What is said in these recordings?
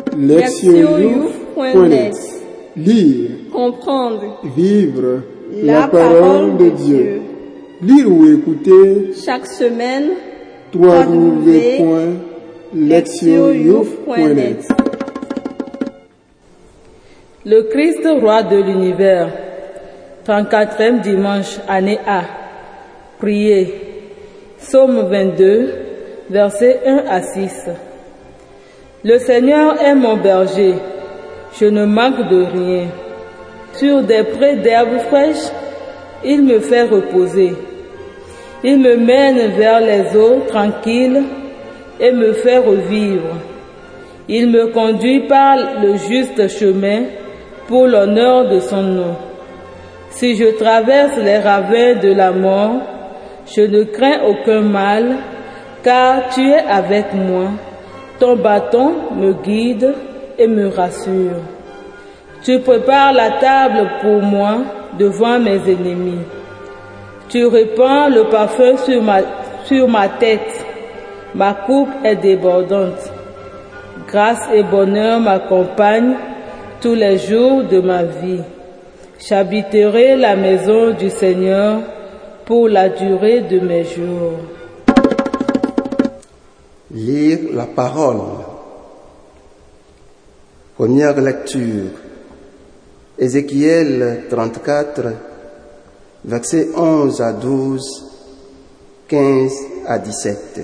Lectionyouf.net. Lire, comprendre, vivre la parole de Dieu. Lire ou écouter chaque semaine www.lectionyouf.net. Le Christ roi de l'univers, 34e dimanche, année A. Priez. Psaume 22, versets 1 à 6. Le Seigneur est mon berger, je ne manque de rien. Sur des prés d'herbes fraîches, il me fait reposer. Il me mène vers les eaux tranquilles et me fait revivre. Il me conduit par le juste chemin pour l'honneur de son nom. Si je traverse les ravins de la mort, je ne crains aucun mal, car tu es avec moi. Ton bâton me guide et me rassure. Tu prépares la table pour moi devant mes ennemis. Tu répands le parfum sur ma tête. Ma coupe est débordante. Grâce et bonheur m'accompagnent tous les jours de ma vie. J'habiterai la maison du Seigneur pour la durée de mes jours. Lire la parole. Première lecture. Ézéchiel 34, versets 11 à 12, 15 à 17.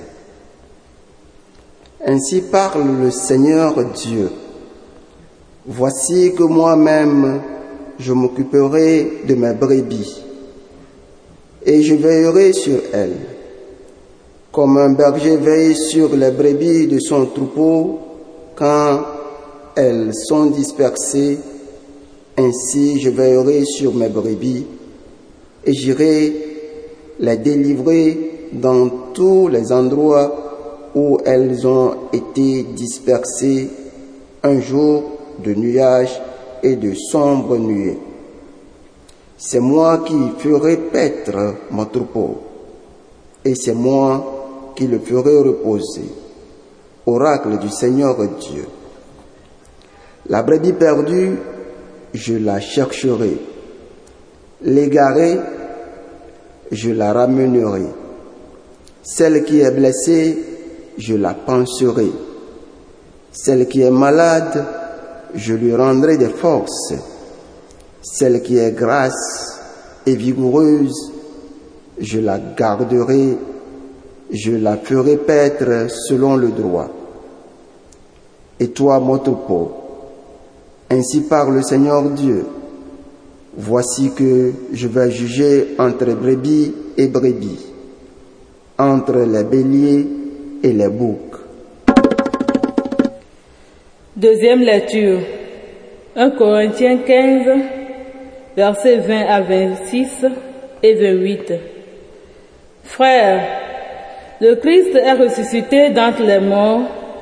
Ainsi parle le Seigneur Dieu. Voici que moi-même, je m'occuperai de mes brebis, et je veillerai sur elles. Comme un berger veille sur les brebis de son troupeau quand elles sont dispersées, ainsi je veillerai sur mes brebis et j'irai les délivrer dans tous les endroits où elles ont été dispersées un jour de nuages et de sombres nuées. C'est moi qui ferai paître mon troupeau et c'est moi qui le ferai reposer. Oracle du Seigneur Dieu. La brebis perdue, je la chercherai. L'égarée, je la ramènerai. Celle qui est blessée, je la panserai. Celle qui est malade, je lui rendrai des forces. Celle qui est grasse et vigoureuse, je la garderai. Je la ferai paître selon le droit. Et toi, mon troupeau, ainsi parle le Seigneur Dieu. Voici que je vais juger entre brebis et brebis, entre les béliers et les boucs. Deuxième lecture. 1 Corinthiens 15, versets 20 à 26 et 28. Frères, le Christ est ressuscité d'entre les morts,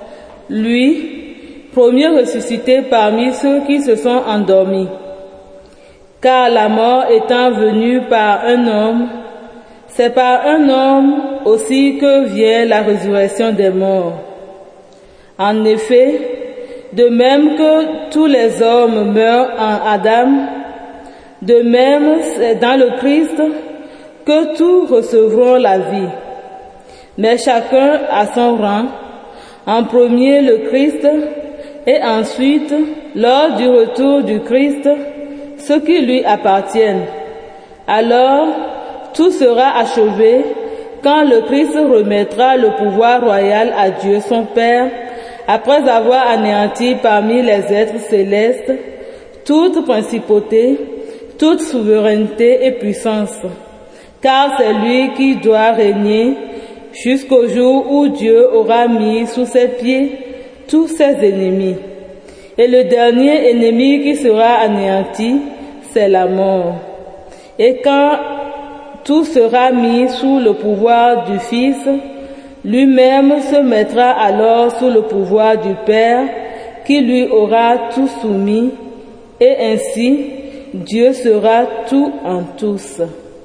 lui, premier ressuscité parmi ceux qui se sont endormis. Car la mort étant venue par un homme, c'est par un homme aussi que vient la résurrection des morts. En effet, de même que tous les hommes meurent en Adam, de même c'est dans le Christ que tous recevront la vie. Mais chacun à son rang, en premier le Christ, et ensuite, lors du retour du Christ, ceux qui lui appartiennent. Alors, tout sera achevé quand le Christ remettra le pouvoir royal à Dieu son Père, après avoir anéanti parmi les êtres célestes toute principauté, toute souveraineté et puissance. Car c'est lui qui doit régner jusqu'au jour où Dieu aura mis sous ses pieds tous ses ennemis. Et le dernier ennemi qui sera anéanti, c'est la mort. Et quand tout sera mis sous le pouvoir du Fils, lui-même se mettra alors sous le pouvoir du Père, qui lui aura tout soumis, et ainsi Dieu sera tout en tous.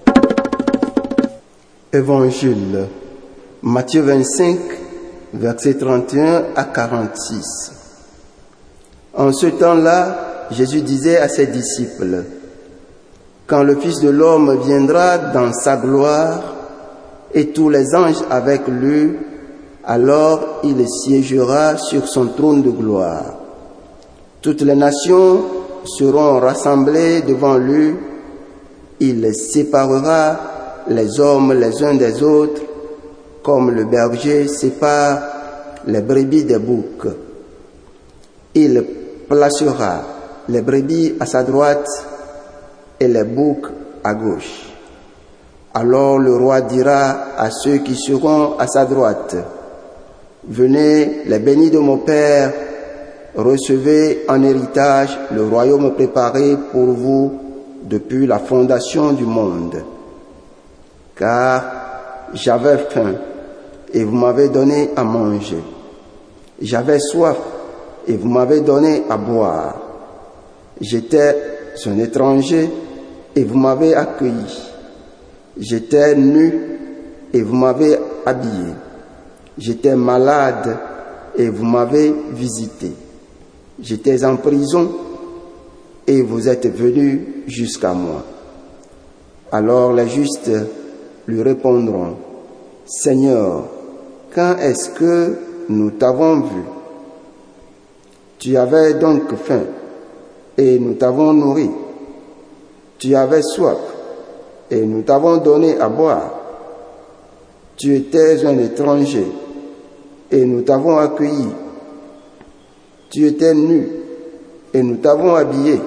Évangile Matthieu 25, versets 31 à 46. En ce temps-là, Jésus disait à ses disciples, « Quand le Fils de l'homme viendra dans sa gloire, et tous les anges avec lui, alors il siégera sur son trône de gloire. Toutes les nations seront rassemblées devant lui, il séparera les hommes les uns des autres, comme le berger sépare les brebis des boucs. Il placera les brebis à sa droite et les boucs à gauche. Alors le roi dira à ceux qui seront à sa droite, « Venez, les bénis de mon Père, recevez en héritage le royaume préparé pour vous depuis la fondation du monde. Car j'avais faim et vous m'avez donné à manger. J'avais soif et vous m'avez donné à boire. J'étais un étranger et vous m'avez accueilli. J'étais nu et vous m'avez habillé. J'étais malade et vous m'avez visité. J'étais en prison et vous êtes venus jusqu'à moi. » Alors les justes lui répondront, « Seigneur, quand est-ce que nous t'avons vu? Tu avais donc faim et nous t'avons nourri. Tu avais soif et nous t'avons donné à boire. Tu étais un étranger et nous t'avons accueilli. Tu étais nu et nous t'avons habillé.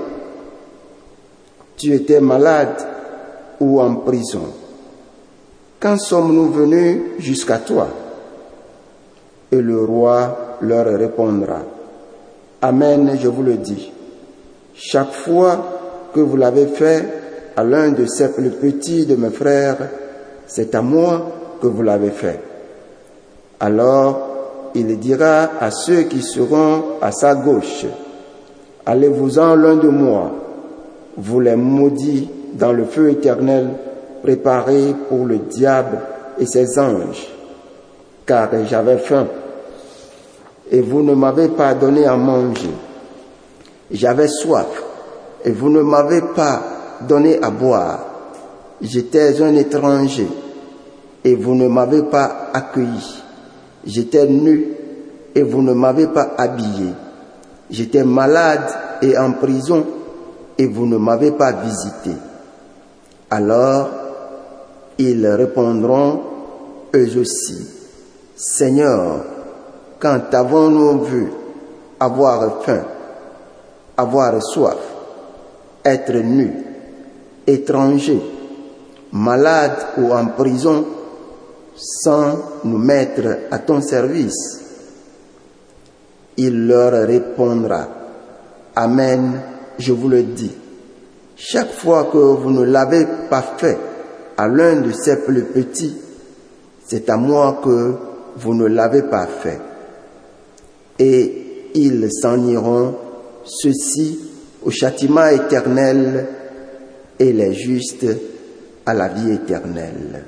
Tu étais malade ou en prison. Quand sommes-nous venus jusqu'à toi? » Et le roi leur répondra, « Amen, je vous le dis. Chaque fois que vous l'avez fait à l'un de ces plus petits de mes frères, c'est à moi que vous l'avez fait. » Alors il dira à ceux qui seront à sa gauche, « Allez-vous-en loin de moi, vous les maudits dans le feu éternel préparé pour le diable et ses anges, car j'avais faim et vous ne m'avez pas donné à manger. J'avais soif et vous ne m'avez pas donné à boire. J'étais un étranger et vous ne m'avez pas accueilli. J'étais nu et vous ne m'avez pas habillé. J'étais malade et en prison et vous ne m'avez pas visité. » Alors ils répondront eux aussi, « Seigneur, quand avons-nous vu avoir faim, avoir soif, être nu, étranger, malade ou en prison, sans nous mettre à ton service? » Il leur répondra, « Amen, je vous le dis. Chaque fois que vous ne l'avez pas fait à l'un de ces plus petits, c'est à moi que vous ne l'avez pas fait. » Et ils s'en iront, ceux-ci au châtiment éternel et les justes à la vie éternelle.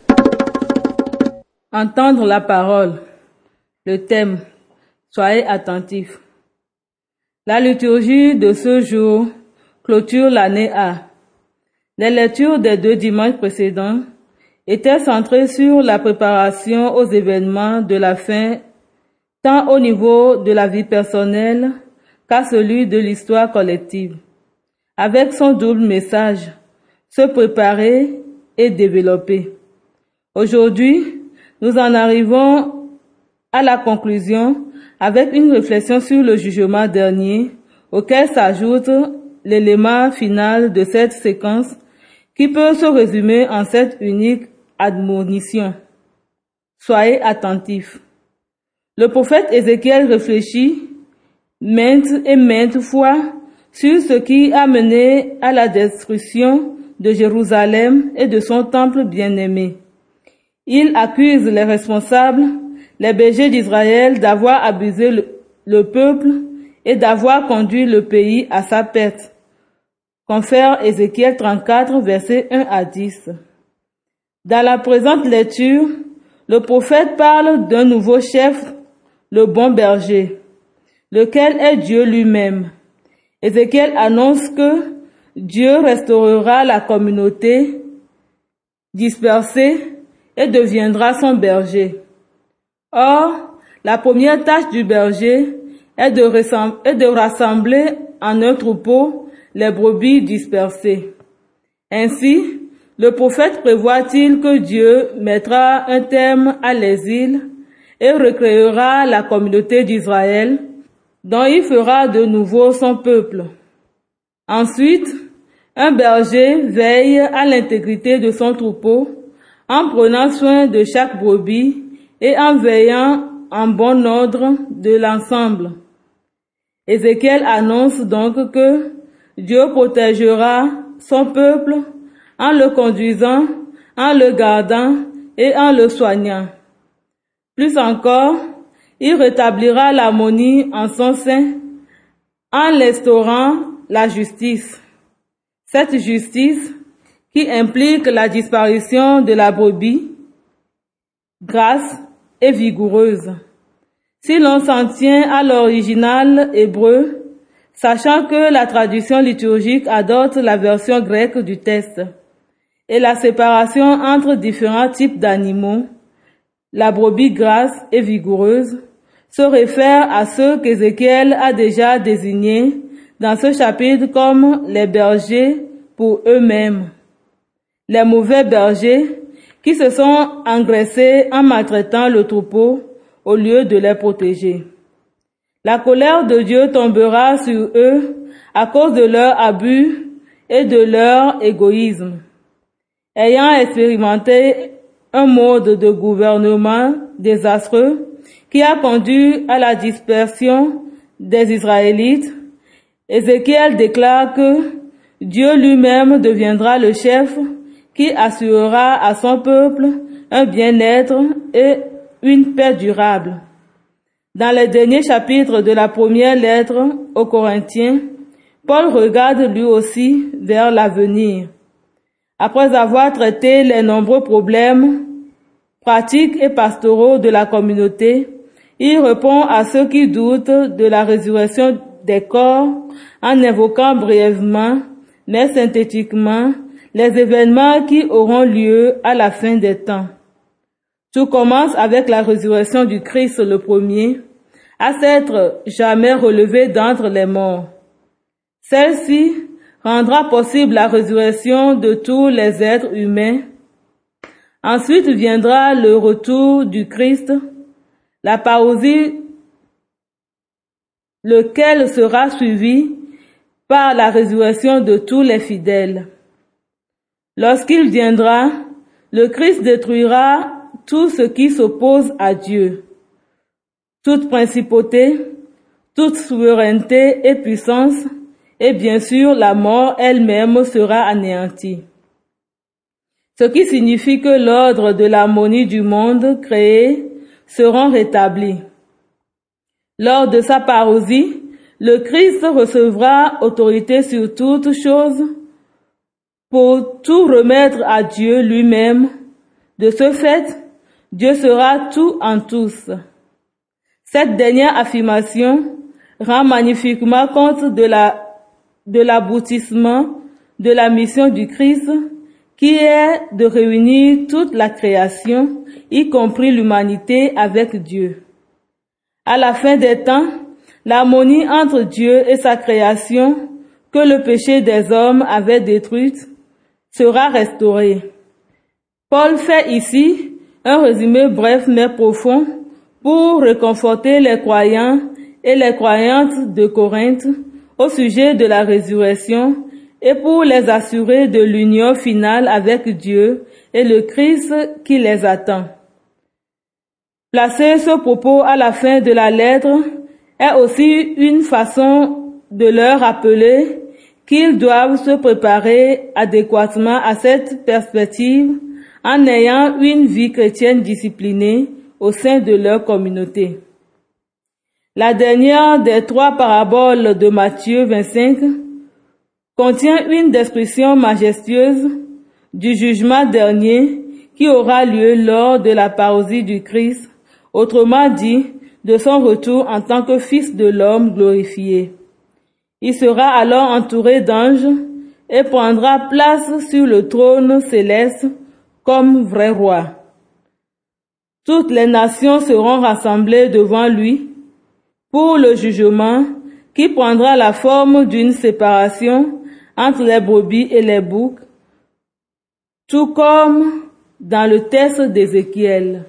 Entendre la parole. Le thème. Soyez attentifs. La liturgie de ce jour clôture l'année A. Les lectures des 2 dimanches précédents étaient centrées sur la préparation aux événements de la fin, tant au niveau de la vie personnelle qu'à celui de l'histoire collective, avec son double message, se préparer et développer. Aujourd'hui, nous en arrivons à la conclusion avec une réflexion sur le jugement dernier, auquel s'ajoute l'élément final de cette séquence qui peut se résumer en cette unique admonition. Soyez attentifs. Le prophète Ézéchiel réfléchit maintes fois sur ce qui a mené à la destruction de Jérusalem et de son temple bien-aimé. Il accuse les responsables, les bergers d'Israël, d'avoir abusé le peuple et d'avoir conduit le pays à sa perte. Confère Ézéchiel 34, versets 1 à 10. Dans la présente lecture, le prophète parle d'un nouveau chef, le bon berger. lequel est Dieu lui-même. Ézéchiel annonce que Dieu restaurera la communauté dispersée et deviendra son berger. Or, la première tâche du berger est de rassembler en un troupeau les brebis dispersées. Ainsi, le prophète prévoit-il que Dieu mettra un terme à l'exil et recréera la communauté d'Israël, dont il fera de nouveau son peuple. Ensuite, un berger veille à l'intégrité de son troupeau en prenant soin de chaque brebis et en veillant en bon ordre de l'ensemble. Ézéchiel annonce donc que Dieu protégera son peuple en le conduisant, en le gardant et en le soignant. Plus encore, il rétablira l'harmonie en son sein en instaurant la justice. Cette justice qui implique la disparition de la brebis, grasse et vigoureuse. Si l'on s'en tient à l'original hébreu, sachant que la traduction liturgique adopte la version grecque du texte, et la séparation entre différents types d'animaux, la brebis grasse et vigoureuse, se réfère à ceux qu'Ézéchiel a déjà désignés dans ce chapitre comme les bergers pour eux-mêmes. Les mauvais bergers qui se sont engraissés en maltraitant le troupeau au lieu de les protéger. La colère de Dieu tombera sur eux à cause de leur abus et de leur égoïsme. Ayant expérimenté un mode de gouvernement désastreux qui a conduit à la dispersion des Israélites, Ézéchiel déclare que Dieu lui-même deviendra le chef qui assurera à son peuple un bien-être et une paix durable. Dans les derniers chapitres de la première lettre aux Corinthiens, Paul regarde lui aussi vers l'avenir. Après avoir traité les nombreux problèmes pratiques et pastoraux de la communauté, il répond à ceux qui doutent de la résurrection des corps en évoquant brièvement, mais synthétiquement, les événements qui auront lieu à la fin des temps. Tout commence avec la résurrection du Christ le premier, à s'être jamais relevé d'entre les morts. Celle-ci rendra possible la résurrection de tous les êtres humains. Ensuite viendra le retour du Christ, la parousie, lequel sera suivi par la résurrection de tous les fidèles. Lorsqu'il viendra, le Christ détruira tout ce qui s'oppose à Dieu. Toute principauté, toute souveraineté et puissance, et bien sûr la mort elle-même sera anéantie. Ce qui signifie que l'ordre de l'harmonie du monde créé sera rétabli. Lors de sa parousie, le Christ recevra autorité sur toutes choses pour tout remettre à Dieu lui-même. De ce fait, Dieu sera tout en tous. Cette dernière affirmation rend magnifiquement compte de l'aboutissement de la mission du Christ, qui est de réunir toute la création, y compris l'humanité, avec Dieu. À la fin des temps, l'harmonie entre Dieu et sa création, que le péché des hommes avait détruite, sera restaurée. Paul fait ici un résumé bref mais profond pour réconforter les croyants et les croyantes de Corinthe au sujet de la résurrection et pour les assurer de l'union finale avec Dieu et le Christ qui les attend. Placer ce propos à la fin de la lettre est aussi une façon de leur rappeler qu'ils doivent se préparer adéquatement à cette perspective en ayant une vie chrétienne disciplinée au sein de leur communauté. La dernière des 3 paraboles de Matthieu 25 contient une description majestueuse du jugement dernier qui aura lieu lors de la parousie du Christ, autrement dit, de son retour en tant que Fils de l'homme glorifié. Il sera alors entouré d'anges et prendra place sur le trône céleste comme vrai roi. Toutes les nations seront rassemblées devant lui pour le jugement qui prendra la forme d'une séparation entre les brebis et les boucs, tout comme dans le texte d'Ézéchiel.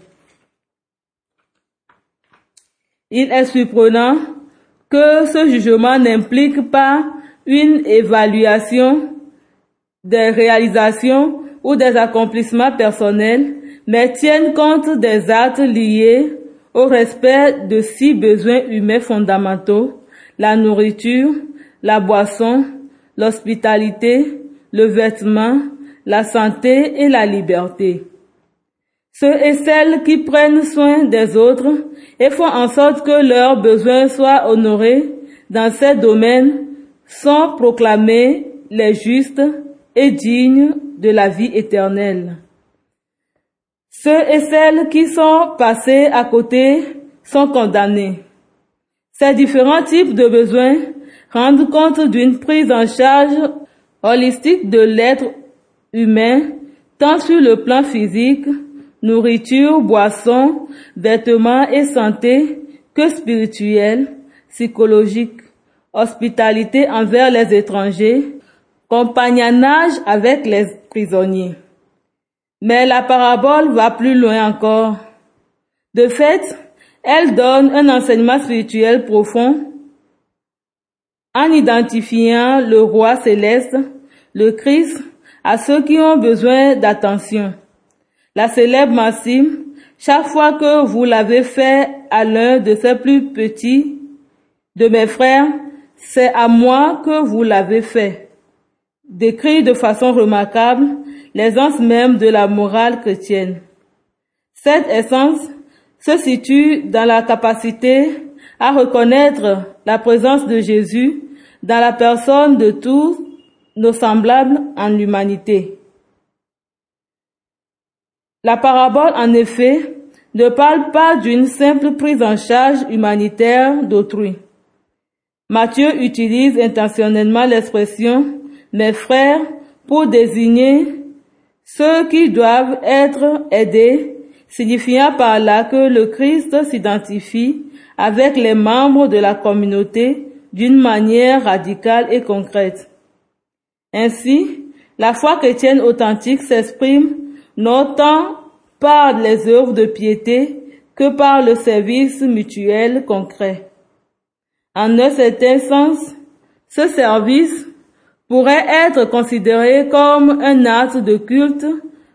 Il est surprenant que ce jugement n'implique pas une évaluation des réalisations ou des accomplissements personnels, mais tienne compte des actes liés au respect de 6 besoins humains fondamentaux: la nourriture, la boisson, l'hospitalité, le vêtement, la santé et la liberté. Ceux et celles qui prennent soin des autres et font en sorte que leurs besoins soient honorés dans ces domaines sont proclamés les justes et dignes de la vie éternelle. Ceux et celles qui sont passés à côté sont condamnés. Ces différents types de besoins rendent compte d'une prise en charge holistique de l'être humain, tant sur le plan physique, nourriture, boisson, vêtements et santé, que spirituel, psychologique, hospitalité envers les étrangers, compagnonnage avec les prisonniers. Mais la parabole va plus loin encore. De fait, elle donne un enseignement spirituel profond en identifiant le roi céleste, le Christ, à ceux qui ont besoin d'attention. La célèbre maxime, chaque fois que vous l'avez fait à l'un de ces plus petits de mes frères, c'est à moi que vous l'avez fait, décrit de façon remarquable l'essence même de la morale chrétienne. Cette essence se situe dans la capacité à reconnaître la présence de Jésus dans la personne de tous nos semblables en l'humanité. La parabole, en effet, ne parle pas d'une simple prise en charge humanitaire d'autrui. Matthieu utilise intentionnellement l'expression « mes frères » pour désigner ceux qui doivent être aidés, signifiant par là que le Christ s'identifie avec les membres de la communauté d'une manière radicale et concrète. Ainsi, la foi chrétienne authentique s'exprime non tant par les œuvres de piété que par le service mutuel concret. En un certain sens, ce service pourrait être considéré comme un acte de culte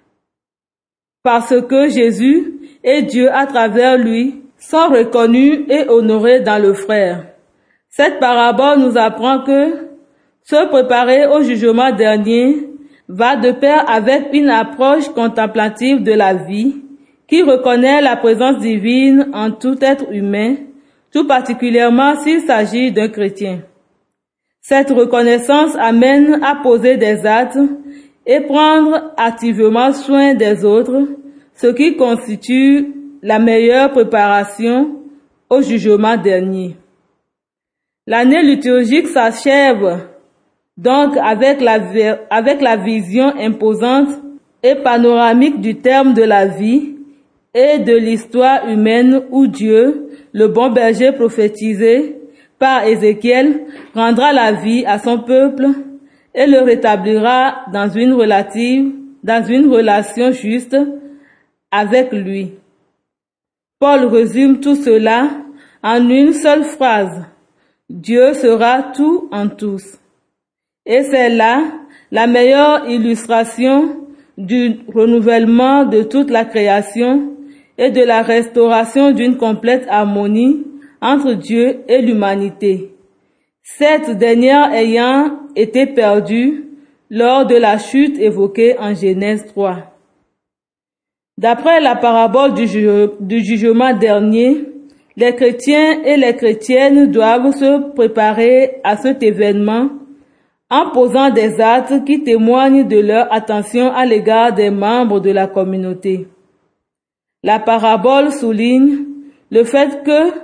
parce que Jésus et Dieu à travers lui sont reconnus et honorés dans le frère. Cette parabole nous apprend que se préparer au jugement dernier va de pair avec une approche contemplative de la vie qui reconnaît la présence divine en tout être humain, tout particulièrement s'il s'agit d'un chrétien. Cette reconnaissance amène à poser des actes et prendre activement soin des autres, ce qui constitue la meilleure préparation au jugement dernier. L'année liturgique s'achève donc avec la vision imposante et panoramique du terme de la vie et de l'histoire humaine où Dieu, le bon berger prophétisé par Ézéchiel, rendra la vie à son peuple et le rétablira dans une relation juste avec lui. Paul résume tout cela en une seule phrase: Dieu sera tout en tous. Et c'est là la meilleure illustration du renouvellement de toute la création et de la restauration d'une complète harmonie entre Dieu et l'humanité, cette dernière ayant été perdue lors de la chute évoquée en Genèse 3. D'après la parabole du jugement dernier, les chrétiens et les chrétiennes doivent se préparer à cet événement en posant des actes qui témoignent de leur attention à l'égard des membres de la communauté. La parabole souligne le fait que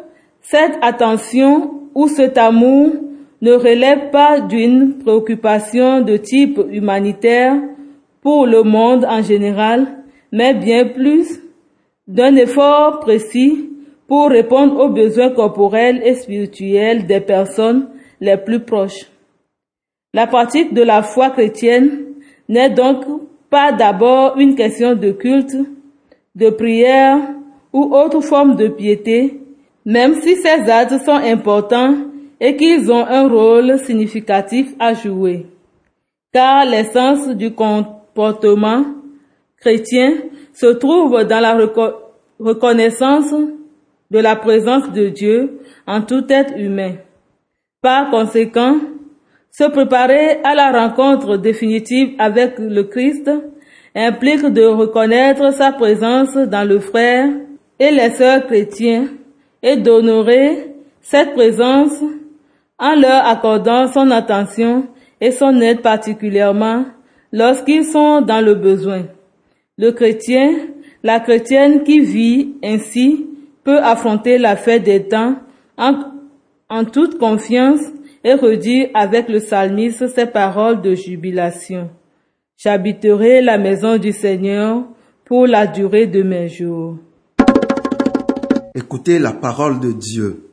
Cette attention ou cet amour ne relève pas d'une préoccupation de type humanitaire pour le monde en général, mais bien plus d'un effort précis pour répondre aux besoins corporels et spirituels des personnes les plus proches. La pratique de la foi chrétienne n'est donc pas d'abord une question de culte, de prière ou autre forme de piété, même si ces actes sont importants et qu'ils ont un rôle significatif à jouer. Car l'essence du comportement chrétien se trouve dans la reconnaissance de la présence de Dieu en tout être humain. Par conséquent, se préparer à la rencontre définitive avec le Christ implique de reconnaître sa présence dans le frère et les sœurs chrétiens et d'honorer cette présence en leur accordant son attention et son aide particulièrement lorsqu'ils sont dans le besoin. Le chrétien, la chrétienne qui vit ainsi peut affronter la fin des temps en toute confiance et redire avec le psalmiste ces paroles de jubilation. J'habiterai la maison du Seigneur pour la durée de mes jours. Écoutez la parole de Dieu.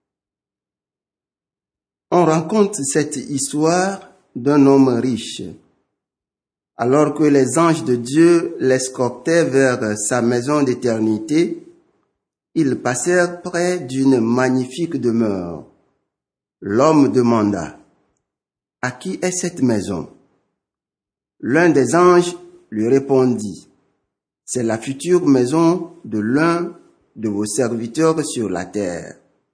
On rencontre cette histoire d'un homme riche. Alors que les anges de Dieu l'escortaient vers sa maison d'éternité, ils passèrent près d'une magnifique demeure. L'homme demanda, « À qui est cette maison ?» L'un des anges lui répondit, « C'est la future maison de l'un de vos serviteurs sur la terre. »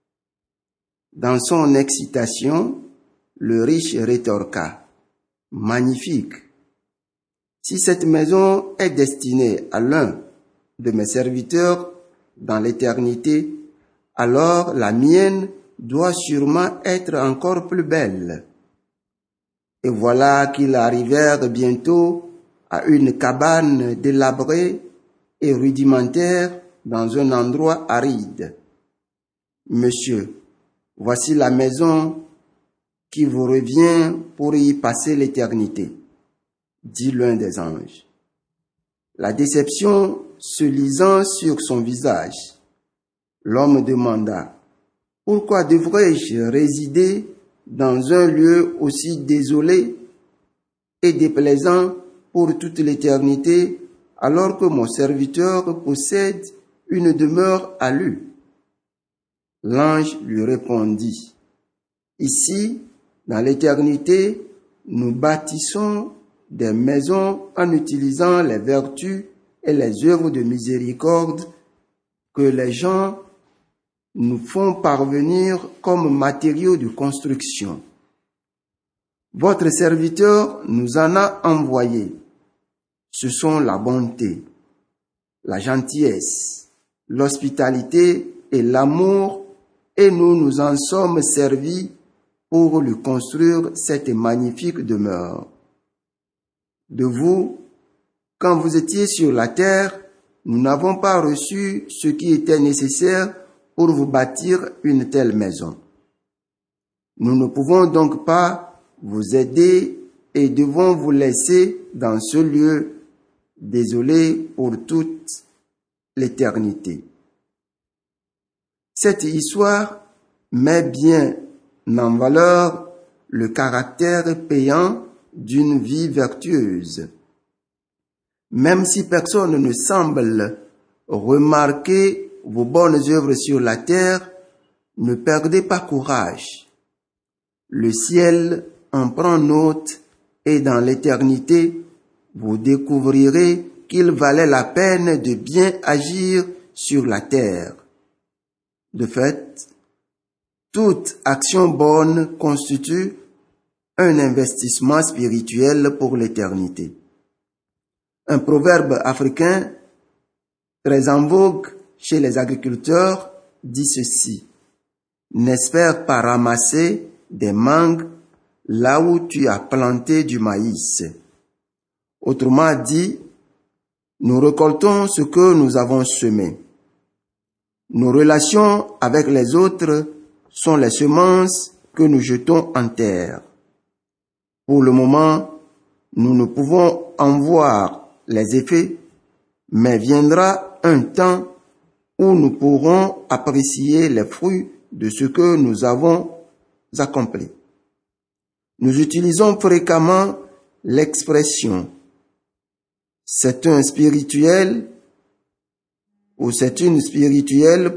Dans son excitation, le riche rétorqua, « Magnifique! Si cette maison est destinée à l'un de mes serviteurs dans l'éternité, alors la mienne doit sûrement être encore plus belle. » Et voilà qu'ils arrivèrent bientôt à une cabane délabrée et rudimentaire dans un endroit aride. « Monsieur, voici la maison qui vous revient pour y passer l'éternité, » dit l'un des anges. La déception se lisant sur son visage, l'homme demanda, « Pourquoi devrais-je résider dans un lieu aussi désolé et déplaisant pour toute l'éternité, alors que mon serviteur possède une demeure à lui ?» L'ange lui répondit, « Ici, dans l'éternité, nous bâtissons des maisons en utilisant les vertus et les œuvres de miséricorde que les gens nous font parvenir comme matériaux de construction. Votre serviteur nous en a envoyé. Ce sont la bonté, la gentillesse, l'hospitalité et l'amour, et nous nous en sommes servis pour lui construire cette magnifique demeure. De vous, quand vous étiez sur la terre, nous n'avons pas reçu ce qui était nécessaire pour vous bâtir une telle maison. Nous ne pouvons donc pas vous aider et devons vous laisser dans ce lieu désolé pour toute l'éternité. » Cette histoire met bien en valeur le caractère payant d'une vie vertueuse. Même si personne ne semble remarquer vos bonnes œuvres sur la terre, ne perdez pas courage. Le ciel en prend note et dans l'éternité, vous découvrirez qu'il valait la peine de bien agir sur la terre. De fait, toute action bonne constitue un investissement spirituel pour l'éternité. Un proverbe africain très en vogue chez les agriculteurs dit ceci: « N'espère pas ramasser des mangues là où tu as planté du maïs. » Autrement dit, nous récoltons ce que nous avons semé. Nos relations avec les autres sont les semences que nous jetons en terre. Pour le moment, nous ne pouvons en voir les effets, mais viendra un temps où nous pourrons apprécier les fruits de ce que nous avons accompli. Nous utilisons fréquemment l'expression « c'est un spirituel » ou « c'est une spirituelle »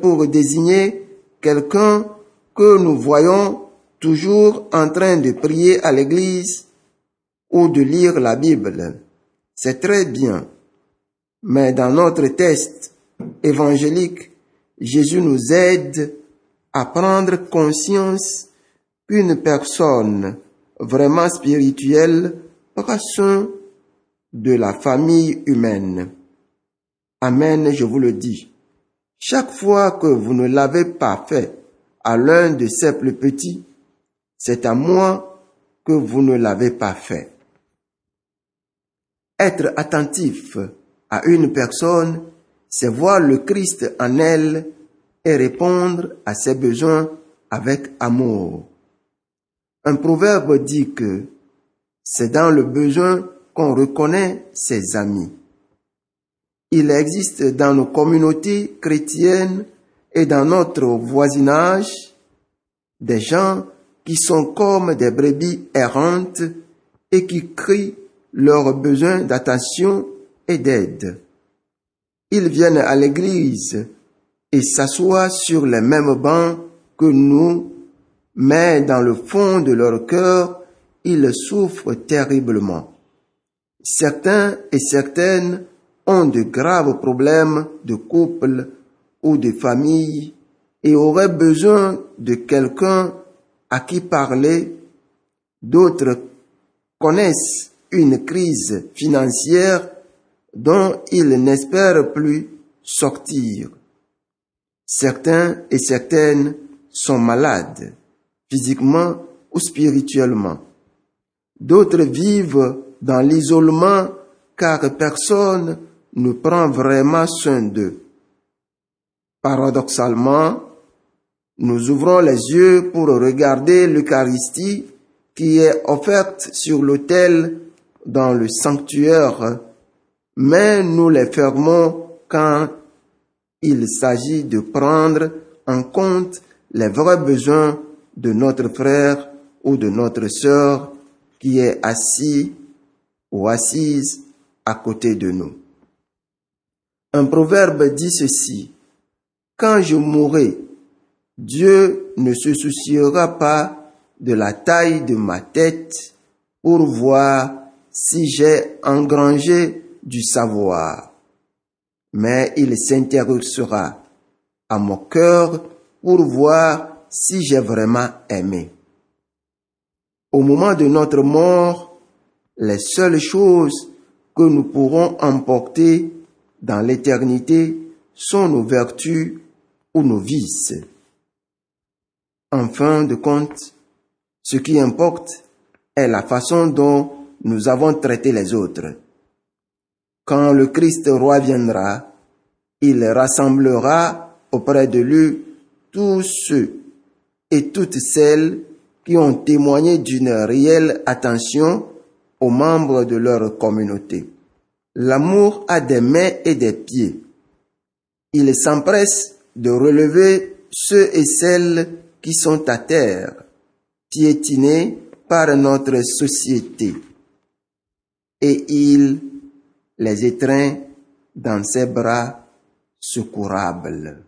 pour désigner quelqu'un que nous voyons toujours en train de prier à l'église ou de lire la Bible. C'est très bien. Mais dans notre texte évangélique, Jésus nous aide à prendre conscience qu'une personne vraiment spirituelle prend soin de la famille humaine. Amen, je vous le dis. Chaque fois que vous ne l'avez pas fait à l'un de ces plus petits, c'est à moi que vous ne l'avez pas fait. Être attentif à une personne, c'est voir le Christ en elle et répondre à ses besoins avec amour. Un proverbe dit que c'est dans le besoin qu'on reconnaît ses amis. Il existe dans nos communautés chrétiennes et dans notre voisinage des gens qui sont comme des brebis errantes et qui crient leurs besoins d'attention et d'aide. Ils viennent à l'église et s'assoient sur les mêmes bancs que nous, mais dans le fond de leur cœur, ils souffrent terriblement. Certains et certaines ont de graves problèmes de couple ou de famille et auraient besoin de quelqu'un à qui parler. D'autres connaissent une crise financière dont ils n'espèrent plus sortir. Certains et certaines sont malades, physiquement ou spirituellement. D'autres vivent dans l'isolement car personne ne prend vraiment soin d'eux. Paradoxalement, nous ouvrons les yeux pour regarder l'Eucharistie qui est offerte sur l'autel dans le sanctuaire, mais nous les fermons quand il s'agit de prendre en compte les vrais besoins de notre frère ou de notre sœur qui est assis ou assise à côté de nous. Un proverbe dit ceci: quand je mourrai, Dieu ne se souciera pas de la taille de ma tête pour voir si j'ai engrangé du savoir, mais il s'intéressera à mon cœur pour voir si j'ai vraiment aimé. Au moment de notre mort, les seules choses que nous pourrons emporter dans l'éternité sont nos vertus ou nos vices. En fin de compte, ce qui importe est la façon dont nous avons traité les autres. Quand le Christ roi viendra, il rassemblera auprès de lui tous ceux et toutes celles qui ont témoigné d'une réelle attention aux membres de leur communauté. L'amour a des mains et des pieds. Il s'empresse de relever ceux et celles qui sont à terre, piétinés par notre société, et il les étreint dans ses bras secourables.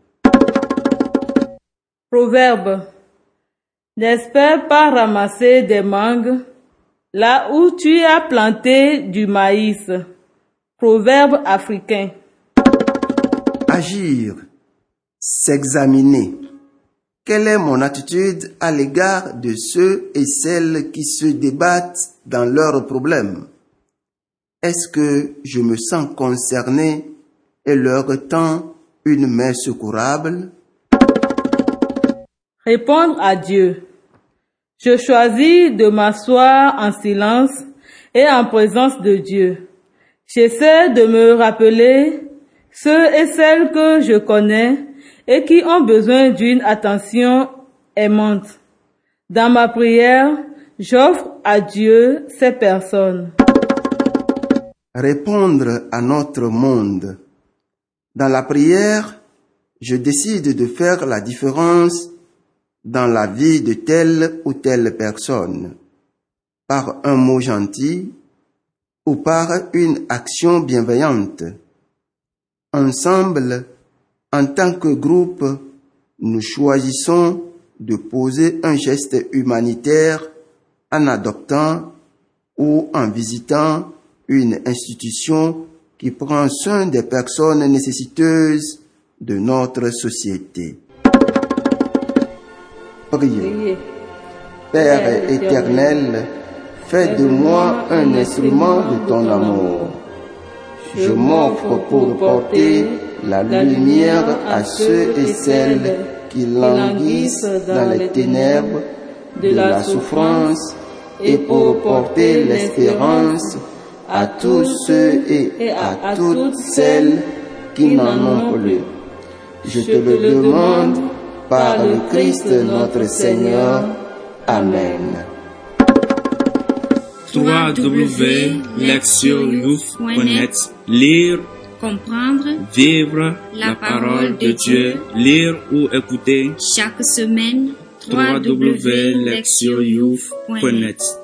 Proverbe. N'espère pas ramasser des mangues là où tu as planté du maïs. Proverbe africain. Agir, s'examiner. Quelle est mon attitude à l'égard de ceux et celles qui se débattent dans leurs problèmes? Est-ce que je me sens concerné et leur tends une main secourable? Répondre à Dieu. Je choisis de m'asseoir en silence et en présence de Dieu. J'essaie de me rappeler ceux et celles que je connais et qui ont besoin d'une attention aimante. Dans ma prière, j'offre à Dieu ces personnes. Répondre à notre monde. Dans la prière, je décide de faire la différence dans la vie de telle ou telle personne, par un mot gentil ou par une action bienveillante. Ensemble, en tant que groupe, nous choisissons de poser un geste humanitaire en adoptant ou en visitant une institution qui prend soin des personnes nécessiteuses de notre société. Priez. Père éternel, fais de moi un instrument de ton amour. Je m'offre pour porter la lumière à ceux et celles qui languissent dans les ténèbres de la souffrance et pour porter l'espérance à tous ceux et à toutes celles qui n'en ont plus. Je te le demande par le Christ notre Seigneur. Amen. www.lectioyouf.net. Lire, comprendre, vivre la parole de Dieu. Lire ou écouter chaque semaine. www.lectioyouf.net.